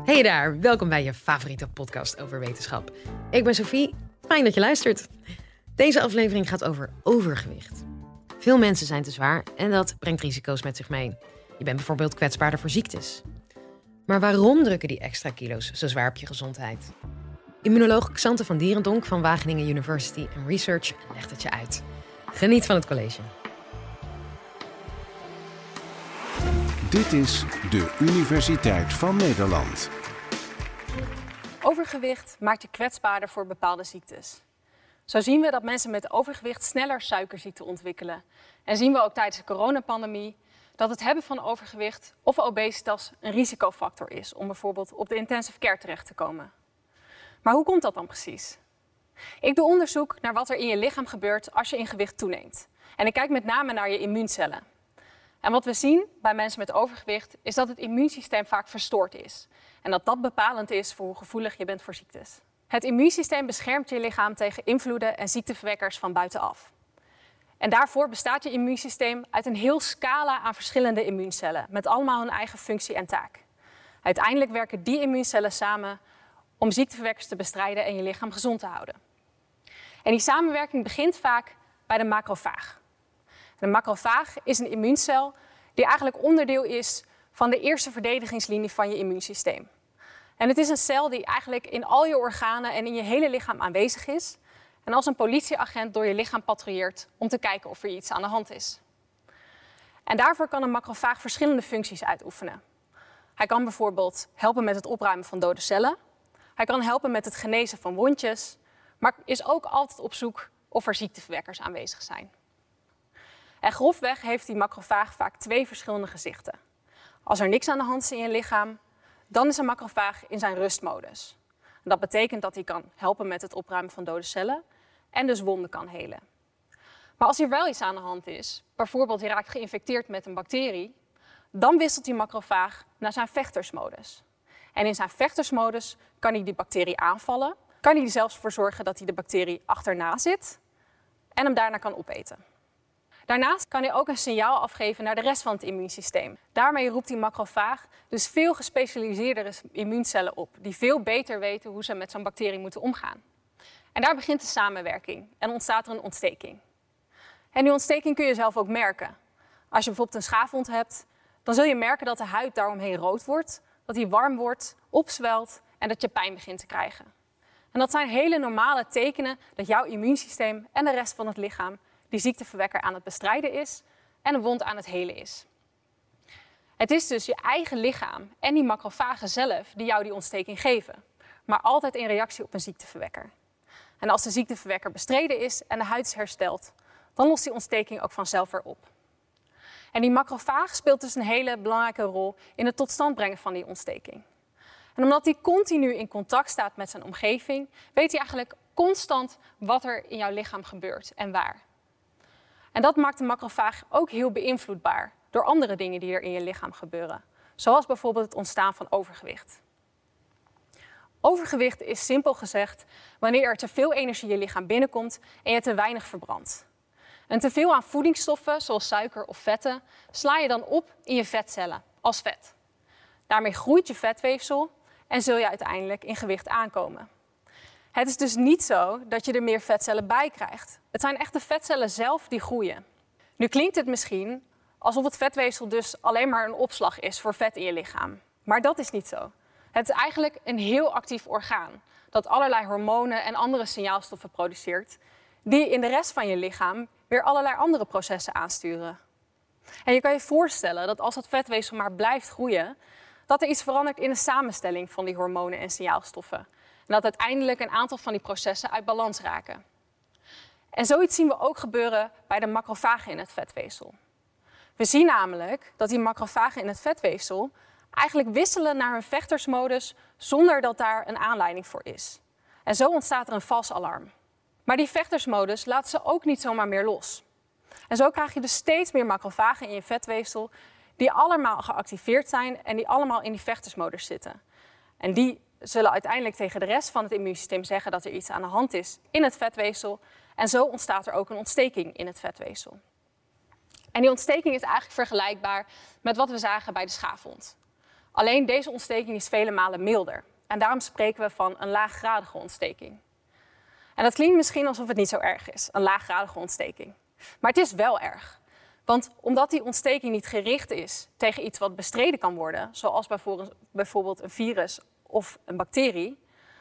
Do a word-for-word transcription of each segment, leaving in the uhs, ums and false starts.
Hey daar, welkom bij je favoriete podcast over wetenschap. Ik ben Sophie, fijn dat je luistert. Deze aflevering gaat over overgewicht. Veel mensen zijn te zwaar en dat brengt risico's met zich mee. Je bent bijvoorbeeld kwetsbaarder voor ziektes. Maar waarom drukken die extra kilo's zo zwaar op je gezondheid? Immunoloog Xante van Dierendonck van Wageningen University and Research legt het je uit. Geniet van het college. Dit is de Universiteit van Nederland. Overgewicht maakt je kwetsbaarder voor bepaalde ziektes. Zo zien we dat mensen met overgewicht sneller suikerziekte ontwikkelen. En zien we ook tijdens de coronapandemie dat het hebben van overgewicht of obesitas een risicofactor is om bijvoorbeeld op de intensive care terecht te komen. Maar hoe komt dat dan precies? Ik doe onderzoek naar wat er in je lichaam gebeurt als je in gewicht toeneemt. En ik kijk met name naar je immuuncellen. En wat we zien bij mensen met overgewicht is dat het immuunsysteem vaak verstoord is. En dat dat bepalend is voor hoe gevoelig je bent voor ziektes. Het immuunsysteem beschermt je lichaam tegen invloeden en ziekteverwekkers van buitenaf. En daarvoor bestaat je immuunsysteem uit een heel scala aan verschillende immuuncellen, met allemaal hun eigen functie en taak. Uiteindelijk werken die immuuncellen samen om ziekteverwekkers te bestrijden en je lichaam gezond te houden. En die samenwerking begint vaak bij de macrofaag. De macrofaag is een immuuncel die eigenlijk onderdeel is van de eerste verdedigingslinie van je immuunsysteem. En het is een cel die eigenlijk in al je organen en in je hele lichaam aanwezig is. En als een politieagent door je lichaam patrouilleert om te kijken of er iets aan de hand is. En daarvoor kan een macrofaag verschillende functies uitoefenen. Hij kan bijvoorbeeld helpen met het opruimen van dode cellen. Hij kan helpen met het genezen van wondjes. Maar is ook altijd op zoek of er ziekteverwekkers aanwezig zijn. En grofweg heeft die macrofaag vaak twee verschillende gezichten. Als er niks aan de hand is in je lichaam, dan is een macrofaag in zijn rustmodus. En dat betekent dat hij kan helpen met het opruimen van dode cellen en dus wonden kan helen. Maar als er wel iets aan de hand is, bijvoorbeeld je raakt geïnfecteerd met een bacterie, dan wisselt die macrofaag naar zijn vechtersmodus. En in zijn vechtersmodus kan hij die bacterie aanvallen, kan hij er zelfs voor zorgen dat hij de bacterie achterna zit en hem daarna kan opeten. Daarnaast kan hij ook een signaal afgeven naar de rest van het immuunsysteem. Daarmee roept die macrofaag dus veel gespecialiseerdere immuuncellen op, die veel beter weten hoe ze met zo'n bacterie moeten omgaan. En daar begint de samenwerking en ontstaat er een ontsteking. En die ontsteking kun je zelf ook merken. Als je bijvoorbeeld een schaafwond hebt, dan zul je merken dat de huid daaromheen rood wordt, dat die warm wordt, opzwelt en dat je pijn begint te krijgen. En dat zijn hele normale tekenen dat jouw immuunsysteem en de rest van het lichaam die ziekteverwekker aan het bestrijden is en een wond aan het helen is. Het is dus je eigen lichaam en die macrofagen zelf die jou die ontsteking geven, maar altijd in reactie op een ziekteverwekker. En als de ziekteverwekker bestreden is en de huid is hersteld, dan lost die ontsteking ook vanzelf weer op. En die macrofaag speelt dus een hele belangrijke rol in het tot stand brengen van die ontsteking. En omdat hij continu in contact staat met zijn omgeving, weet hij eigenlijk constant wat er in jouw lichaam gebeurt en waar. En dat maakt de macrofaag ook heel beïnvloedbaar door andere dingen die er in je lichaam gebeuren. Zoals bijvoorbeeld het ontstaan van overgewicht. Overgewicht is simpel gezegd wanneer er te veel energie je lichaam binnenkomt en je te weinig verbrandt. En te veel aan voedingsstoffen, zoals suiker of vetten, sla je dan op in je vetcellen als vet. Daarmee groeit je vetweefsel en zul je uiteindelijk in gewicht aankomen. Het is dus niet zo dat je er meer vetcellen bij krijgt. Het zijn echt de vetcellen zelf die groeien. Nu klinkt het misschien alsof het vetweefsel dus alleen maar een opslag is voor vet in je lichaam. Maar dat is niet zo. Het is eigenlijk een heel actief orgaan dat allerlei hormonen en andere signaalstoffen produceert die in de rest van je lichaam weer allerlei andere processen aansturen. En je kan je voorstellen dat als dat vetweefsel maar blijft groeien, dat er iets verandert in de samenstelling van die hormonen en signaalstoffen. En dat uiteindelijk een aantal van die processen uit balans raken. En zoiets zien we ook gebeuren bij de macrofagen in het vetweefsel. We zien namelijk dat die macrofagen in het vetweefsel eigenlijk wisselen naar hun vechtersmodus zonder dat daar een aanleiding voor is. En zo ontstaat er een vals alarm. Maar die vechtersmodus laat ze ook niet zomaar meer los. En zo krijg je dus steeds meer macrofagen in je vetweefsel die allemaal geactiveerd zijn en die allemaal in die vechtersmodus zitten. En die zullen uiteindelijk tegen de rest van het immuunsysteem zeggen dat er iets aan de hand is in het vetweefsel. En zo ontstaat er ook een ontsteking in het vetweefsel. En die ontsteking is eigenlijk vergelijkbaar met wat we zagen bij de schaafwond. Alleen deze ontsteking is vele malen milder. En daarom spreken we van een laaggradige ontsteking. En dat klinkt misschien alsof het niet zo erg is, een laaggradige ontsteking. Maar het is wel erg. Want omdat die ontsteking niet gericht is tegen iets wat bestreden kan worden, zoals bijvoorbeeld een virus of een bacterie,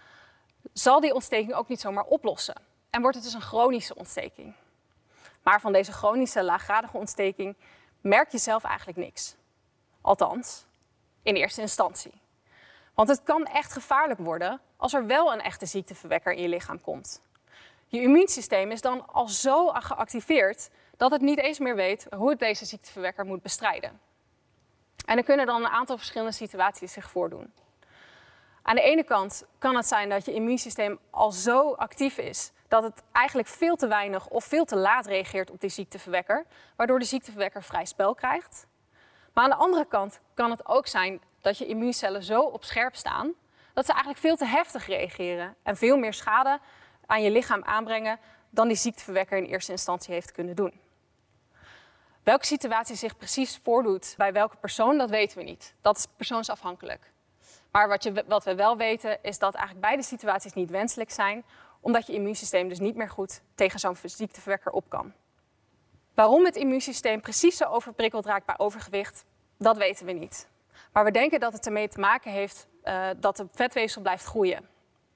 zal die ontsteking ook niet zomaar oplossen. En wordt het dus een chronische ontsteking. Maar van deze chronische laaggradige ontsteking merk je zelf eigenlijk niks. Althans, in eerste instantie. Want het kan echt gevaarlijk worden als er wel een echte ziekteverwekker in je lichaam komt. Je immuunsysteem is dan al zo geactiveerd dat het niet eens meer weet hoe het deze ziekteverwekker moet bestrijden. En er kunnen dan een aantal verschillende situaties zich voordoen. Aan de ene kant kan het zijn dat je immuunsysteem al zo actief is dat het eigenlijk veel te weinig of veel te laat reageert op die ziekteverwekker, waardoor de ziekteverwekker vrij spel krijgt. Maar aan de andere kant kan het ook zijn dat je immuuncellen zo op scherp staan dat ze eigenlijk veel te heftig reageren en veel meer schade aan je lichaam aanbrengen dan die ziekteverwekker in eerste instantie heeft kunnen doen. Welke situatie zich precies voordoet bij welke persoon, dat weten we niet. Dat is persoonsafhankelijk. Maar wat, je, wat we wel weten is dat eigenlijk beide situaties niet wenselijk zijn, omdat je immuunsysteem dus niet meer goed tegen zo'n ziekteverwekker op kan. Waarom het immuunsysteem precies zo overprikkeld raakt bij overgewicht, dat weten we niet. Maar we denken dat het ermee te maken heeft uh, dat de vetweefsel blijft groeien.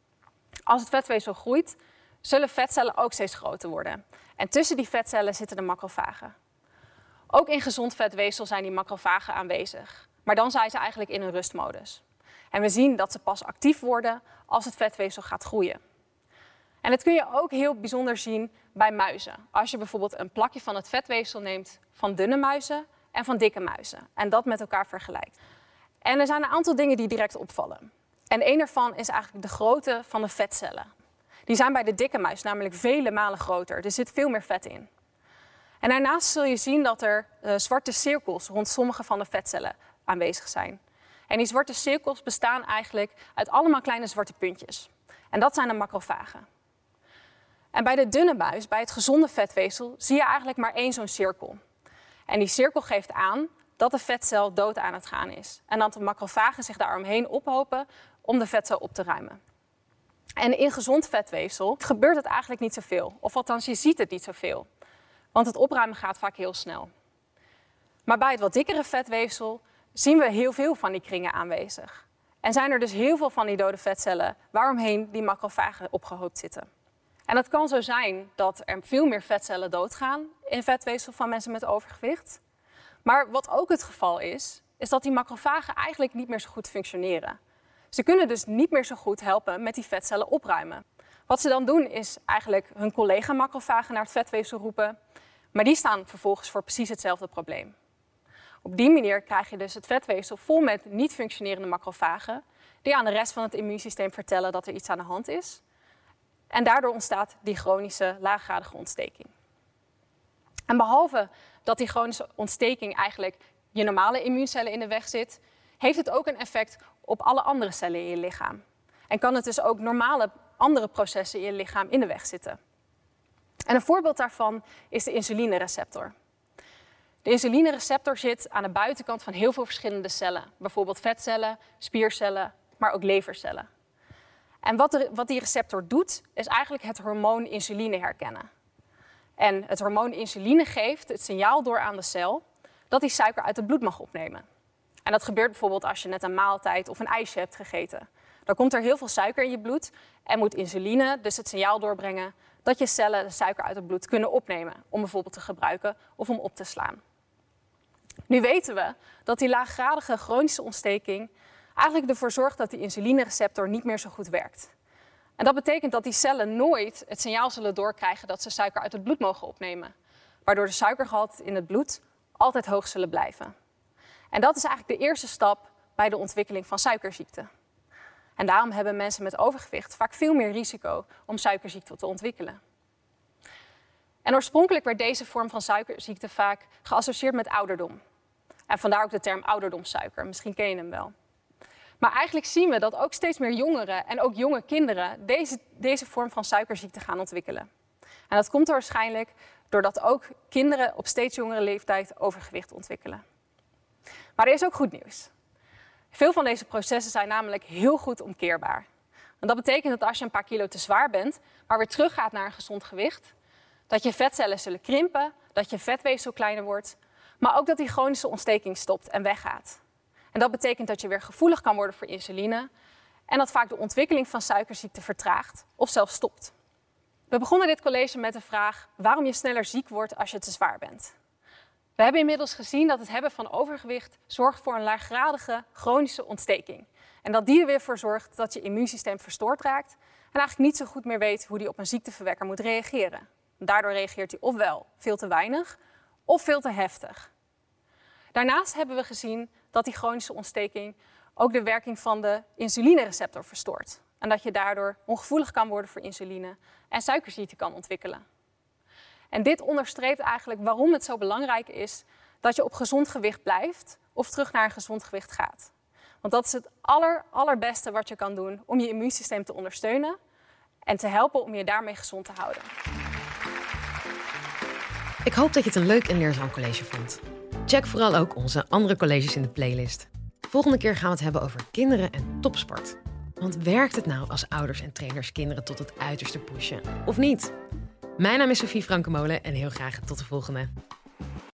Als het vetweefsel groeit, zullen vetcellen ook steeds groter worden. En tussen die vetcellen zitten de macrofagen. Ook in gezond vetweefsel zijn die macrofagen aanwezig. Maar dan zijn ze eigenlijk in een rustmodus. En we zien dat ze pas actief worden als het vetweefsel gaat groeien. En dat kun je ook heel bijzonder zien bij muizen. Als je bijvoorbeeld een plakje van het vetweefsel neemt van dunne muizen en van dikke muizen. En dat met elkaar vergelijkt. En er zijn een aantal dingen die direct opvallen. En een daarvan is eigenlijk de grootte van de vetcellen. Die zijn bij de dikke muis namelijk vele malen groter. Er zit veel meer vet in. En daarnaast zul je zien dat er uh, zwarte cirkels rond sommige van de vetcellen aanwezig zijn. En die zwarte cirkels bestaan eigenlijk uit allemaal kleine zwarte puntjes. En dat zijn de macrofagen. En bij de dunne muis, bij het gezonde vetweefsel, zie je eigenlijk maar één zo'n cirkel. En die cirkel geeft aan dat de vetcel dood aan het gaan is. En dat de macrofagen zich daaromheen ophopen om de vetcel op te ruimen. En in gezond vetweefsel gebeurt het eigenlijk niet zoveel. Of althans, je ziet het niet zoveel. Want het opruimen gaat vaak heel snel. Maar bij het wat dikkere vetweefsel zien we heel veel van die kringen aanwezig. En zijn er dus heel veel van die dode vetcellen waaromheen die macrofagen opgehoopt zitten. En het kan zo zijn dat er veel meer vetcellen doodgaan in vetweefsel van mensen met overgewicht. Maar wat ook het geval is, is dat die macrofagen eigenlijk niet meer zo goed functioneren. Ze kunnen dus niet meer zo goed helpen met die vetcellen opruimen. Wat ze dan doen is eigenlijk hun collega-macrofagen naar het vetweefsel roepen. Maar die staan vervolgens voor precies hetzelfde probleem. Op die manier krijg je dus het vetweefsel vol met niet functionerende macrofagen die aan de rest van het immuunsysteem vertellen dat er iets aan de hand is. En daardoor ontstaat die chronische laaggradige ontsteking. En behalve dat die chronische ontsteking eigenlijk je normale immuuncellen in de weg zit, heeft het ook een effect op alle andere cellen in je lichaam. En kan het dus ook normale andere processen in je lichaam in de weg zitten. En een voorbeeld daarvan is de insulinereceptor. De insulinereceptor zit aan de buitenkant van heel veel verschillende cellen. Bijvoorbeeld vetcellen, spiercellen, maar ook levercellen. En wat, de, wat die receptor doet, is eigenlijk het hormoon insuline herkennen. En het hormoon insuline geeft het signaal door aan de cel dat die suiker uit het bloed mag opnemen. En dat gebeurt bijvoorbeeld als je net een maaltijd of een ijsje hebt gegeten. Dan komt er heel veel suiker in je bloed en moet insuline dus het signaal doorbrengen dat je cellen de suiker uit het bloed kunnen opnemen om bijvoorbeeld te gebruiken of om op te slaan. Nu weten we dat die laaggradige chronische ontsteking eigenlijk ervoor zorgt dat die insulinereceptor niet meer zo goed werkt. En dat betekent dat die cellen nooit het signaal zullen doorkrijgen dat ze suiker uit het bloed mogen opnemen. Waardoor de suikergehalte in het bloed altijd hoog zullen blijven. En dat is eigenlijk de eerste stap bij de ontwikkeling van suikerziekte. En daarom hebben mensen met overgewicht vaak veel meer risico om suikerziekte te ontwikkelen. En oorspronkelijk werd deze vorm van suikerziekte vaak geassocieerd met ouderdom. En vandaar ook de term ouderdomssuiker. Misschien ken je hem wel. Maar eigenlijk zien we dat ook steeds meer jongeren en ook jonge kinderen deze, deze vorm van suikerziekte gaan ontwikkelen. En dat komt er waarschijnlijk doordat ook kinderen op steeds jongere leeftijd overgewicht ontwikkelen. Maar er is ook goed nieuws. Veel van deze processen zijn namelijk heel goed omkeerbaar. En dat betekent dat als je een paar kilo te zwaar bent, maar weer teruggaat naar een gezond gewicht, dat je vetcellen zullen krimpen, dat je vetweefsel kleiner wordt, maar ook dat die chronische ontsteking stopt en weggaat. En dat betekent dat je weer gevoelig kan worden voor insuline en dat vaak de ontwikkeling van suikerziekte vertraagt of zelfs stopt. We begonnen dit college met de vraag waarom je sneller ziek wordt als je te zwaar bent. We hebben inmiddels gezien dat het hebben van overgewicht zorgt voor een laaggradige chronische ontsteking. En dat die er weer voor zorgt dat je immuunsysteem verstoord raakt en eigenlijk niet zo goed meer weet hoe die op een ziekteverwekker moet reageren. Daardoor reageert hij ofwel veel te weinig of veel te heftig. Daarnaast hebben we gezien dat die chronische ontsteking ook de werking van de insulinereceptor verstoort. En dat je daardoor ongevoelig kan worden voor insuline en suikerziekte kan ontwikkelen. En dit onderstreept eigenlijk waarom het zo belangrijk is dat je op gezond gewicht blijft of terug naar een gezond gewicht gaat. Want dat is het aller, allerbeste wat je kan doen om je immuunsysteem te ondersteunen en te helpen om je daarmee gezond te houden. Ik hoop dat je het een leuk en leerzaam college vond. Check vooral ook onze andere colleges in de playlist. Volgende keer gaan we het hebben over kinderen en topsport. Want werkt het nou als ouders en trainers kinderen tot het uiterste pushen, of niet? Mijn naam is Sophie Frankemolen en heel graag tot de volgende.